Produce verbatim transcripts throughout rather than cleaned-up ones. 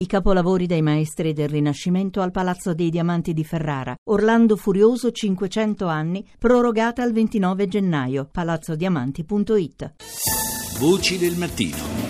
I capolavori dei maestri del Rinascimento al Palazzo dei Diamanti di Ferrara. Orlando Furioso cinquecento anni, prorogata al ventinove gennaio. palazzodiamanti punto it. Voci del mattino.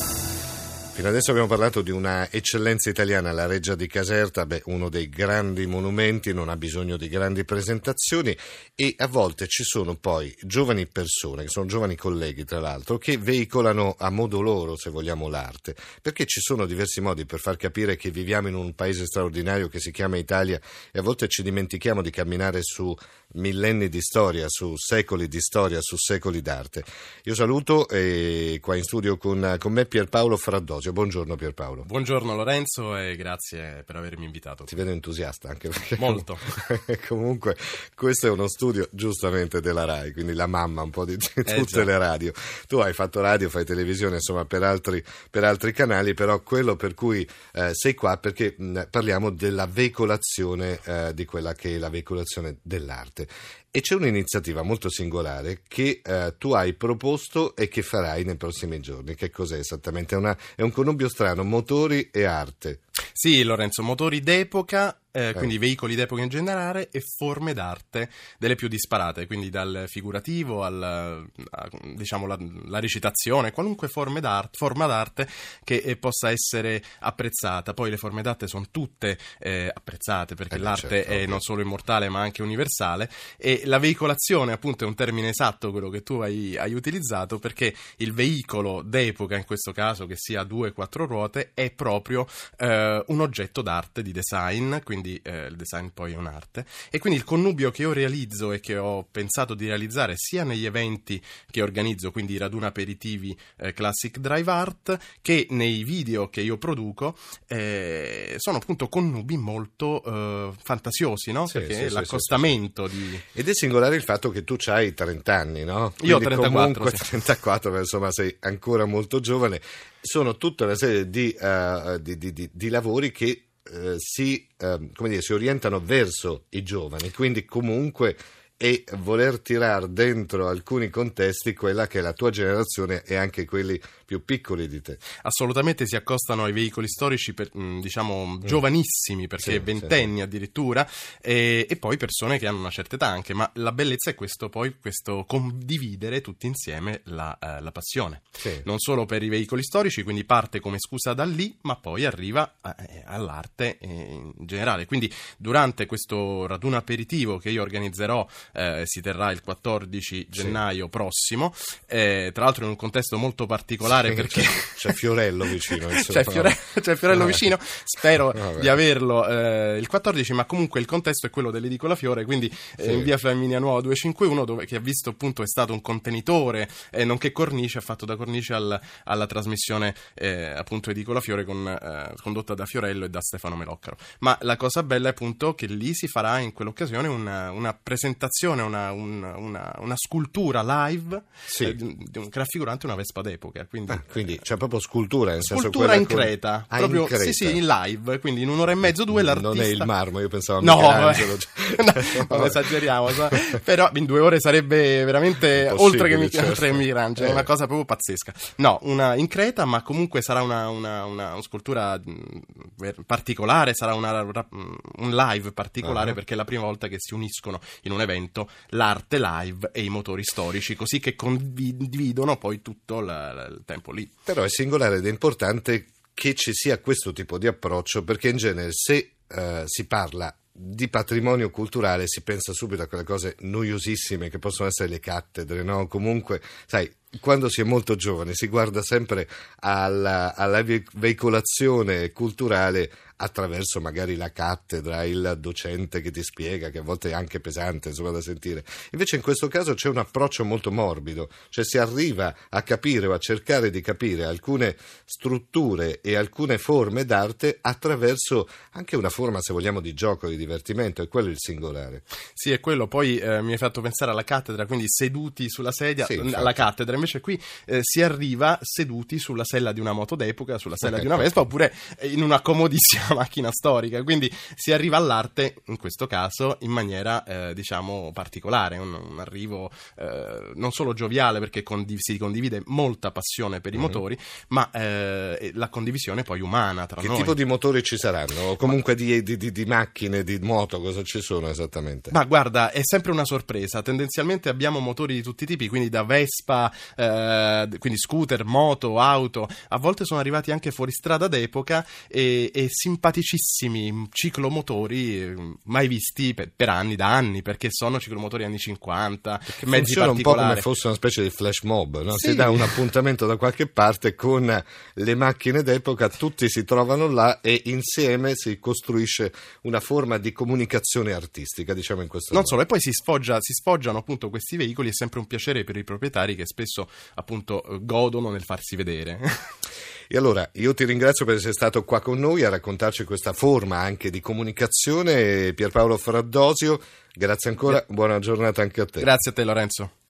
Fino adesso abbiamo parlato di una eccellenza italiana, la Reggia di Caserta, beh, uno dei grandi monumenti, non ha bisogno di grandi presentazioni, e a volte ci sono poi giovani persone, che sono giovani colleghi tra l'altro, che veicolano a modo loro, se vogliamo, l'arte, perché ci sono diversi modi per far capire che viviamo in un paese straordinario che si chiama Italia, e a volte ci dimentichiamo di camminare su millenni di storia, su secoli di storia, su secoli d'arte. Io saluto eh, qua in studio con, con me Pierpaolo Fraddosio. Buongiorno Pierpaolo. Buongiorno Lorenzo e grazie per avermi invitato. Ti vedo entusiasta anche perché molto. Comunque questo è uno studio giustamente della Rai, quindi la mamma un po' di tutte eh le radio. Tu hai fatto radio, fai televisione, insomma per altri, per altri canali, però quello per cui eh, sei qua perché mh, parliamo della veicolazione eh, di quella che è la veicolazione dell'arte. E c'è un'iniziativa molto singolare che eh, tu hai proposto e che farai nei prossimi giorni. Che cos'è esattamente? È, una, è un connubio strano, motori e arte. Sì, Lorenzo, motori d'epoca, eh, eh. quindi veicoli d'epoca in generale, e forme d'arte delle più disparate, quindi dal figurativo al, a, diciamo, la, la recitazione, qualunque forme d'arte, forma d'arte che eh, possa essere apprezzata. Poi le forme d'arte sono tutte eh, apprezzate, perché eh, l'arte certo, è okay. non solo immortale ma anche universale, e la veicolazione appunto è un termine esatto, quello che tu hai, hai utilizzato, perché il veicolo d'epoca, in questo caso che sia a due o quattro ruote, è proprio eh, un oggetto d'arte, di design, quindi eh, il design poi è un'arte, e quindi il connubio che io realizzo e che ho pensato di realizzare sia negli eventi che organizzo, quindi i raduni aperitivi eh, Classic Drive Art, che nei video che io produco, eh, sono appunto connubi molto eh, fantasiosi, no? Sì, perché sì, l'accostamento sì, sì, sì. di... Ed è singolare il fatto che tu c'hai trenta anni, no? Quindi io ho trentaquattro, comunque sì. trentaquattro, insomma sei ancora molto giovane. Sono tutta una serie di, uh, di, di, di, di lavori che uh, si, uh, come dire, si orientano verso i giovani, quindi comunque e voler tirar dentro alcuni contesti quella che è la tua generazione e anche quelli più piccoli di te. Assolutamente si accostano ai veicoli storici per, diciamo giovanissimi, perché sì, ventenni sì. addirittura, e, e poi persone che hanno una certa età anche, ma la bellezza è questo, poi questo condividere tutti insieme la, eh, la passione, sì. non solo per i veicoli storici, quindi parte come scusa da lì, ma poi arriva eh, all'arte in generale. Quindi durante questo raduno aperitivo che io organizzerò, eh, si terrà il quattordici gennaio sì. prossimo, eh, tra l'altro in un contesto molto particolare, sì, perché c'è, c'è Fiorello vicino, c'è, Fiore, c'è Fiorello Vabbè. vicino, spero Vabbè. di averlo eh, il quattordici, ma comunque il contesto è quello dell'Edicola Fiore, quindi eh, sì. in via Flaminia Nuova duecentocinquantuno, dove, che ha visto appunto è stato un contenitore eh, nonché cornice, ha fatto da cornice al, alla trasmissione eh, appunto Edicola Fiore con, eh, condotta da Fiorello e da Stefano Meloccaro. Ma la cosa bella è appunto che lì si farà in quell'occasione una, una presentazione, una, una, una, una scultura live sì. eh, di, di un, raffigurante una Vespa d'epoca. Quindi, ah, quindi c'è proprio scultura, nel scultura senso in con... creta, ah, proprio in creta. Sì, sì, in live, quindi in un'ora e mezzo, due l'artista. Non è il marmo, io pensavo a no, Michelangelo. no, non esageriamo, so. Però in due ore sarebbe veramente oltre che, certo. oltre che Michelangelo, è una cosa proprio pazzesca. No, una in creta, ma comunque sarà una, una, una, una scultura particolare, sarà una, un live particolare, uh-huh. perché è la prima volta che si uniscono in un evento l'arte live e i motori storici, così che condividono poi tutto la, la, il tempo lì. Però è singolare ed è importante che ci sia questo tipo di approccio, perché in genere se uh, si parla di patrimonio culturale si pensa subito a quelle cose noiosissime che possono essere le cattedre, no? Comunque, sai, quando si è molto giovane si guarda sempre alla, alla veicolazione culturale attraverso magari la cattedra, il docente che ti spiega, che a volte è anche pesante, insomma, da sentire. Invece in questo caso c'è un approccio molto morbido, cioè si arriva a capire o a cercare di capire alcune strutture e alcune forme d'arte attraverso anche una forma, se vogliamo, di gioco, di divertimento, e quello è il singolare. Sì, è quello. Poi eh, mi hai fatto pensare alla cattedra, quindi seduti sulla sedia, sì, alla cattedra, invece qui eh, si arriva seduti sulla sella di una moto d'epoca, sulla sella di una Vespa, oppure in una comodissima una macchina storica, quindi si arriva all'arte in questo caso in maniera eh, diciamo particolare, un, un arrivo eh, non solo gioviale, perché condiv- si condivide molta passione per i mm-hmm. motori, ma eh, la condivisione poi umana tra che noi. Che tipo di motori ci saranno? O comunque di, di, di, di macchine, di moto, cosa ci sono esattamente? Ma guarda, è sempre una sorpresa. Tendenzialmente abbiamo motori di tutti i tipi, quindi da Vespa, eh, quindi scooter, moto, auto. A volte sono arrivati anche fuoristrada d'epoca e, e simpaticissimi ciclomotori eh, mai visti per, per anni, da anni, perché sono ciclomotori anni cinquanta, perché mezzi funziona particolari. un po' come fosse una specie di flash mob, no? Sì. Si dà un appuntamento da qualche parte con le macchine d'epoca, tutti si trovano là e insieme si costruisce una forma di comunicazione artistica, diciamo in questo non modo. solo, e poi si, sfoggia, si sfoggiano appunto questi veicoli, è sempre un piacere per i proprietari che spesso appunto godono nel farsi vedere. E allora io ti ringrazio per essere stato qua con noi a raccontarci questa forma anche di comunicazione. Pierpaolo Fraddosio, grazie ancora, buona giornata anche a te. Grazie a te Lorenzo.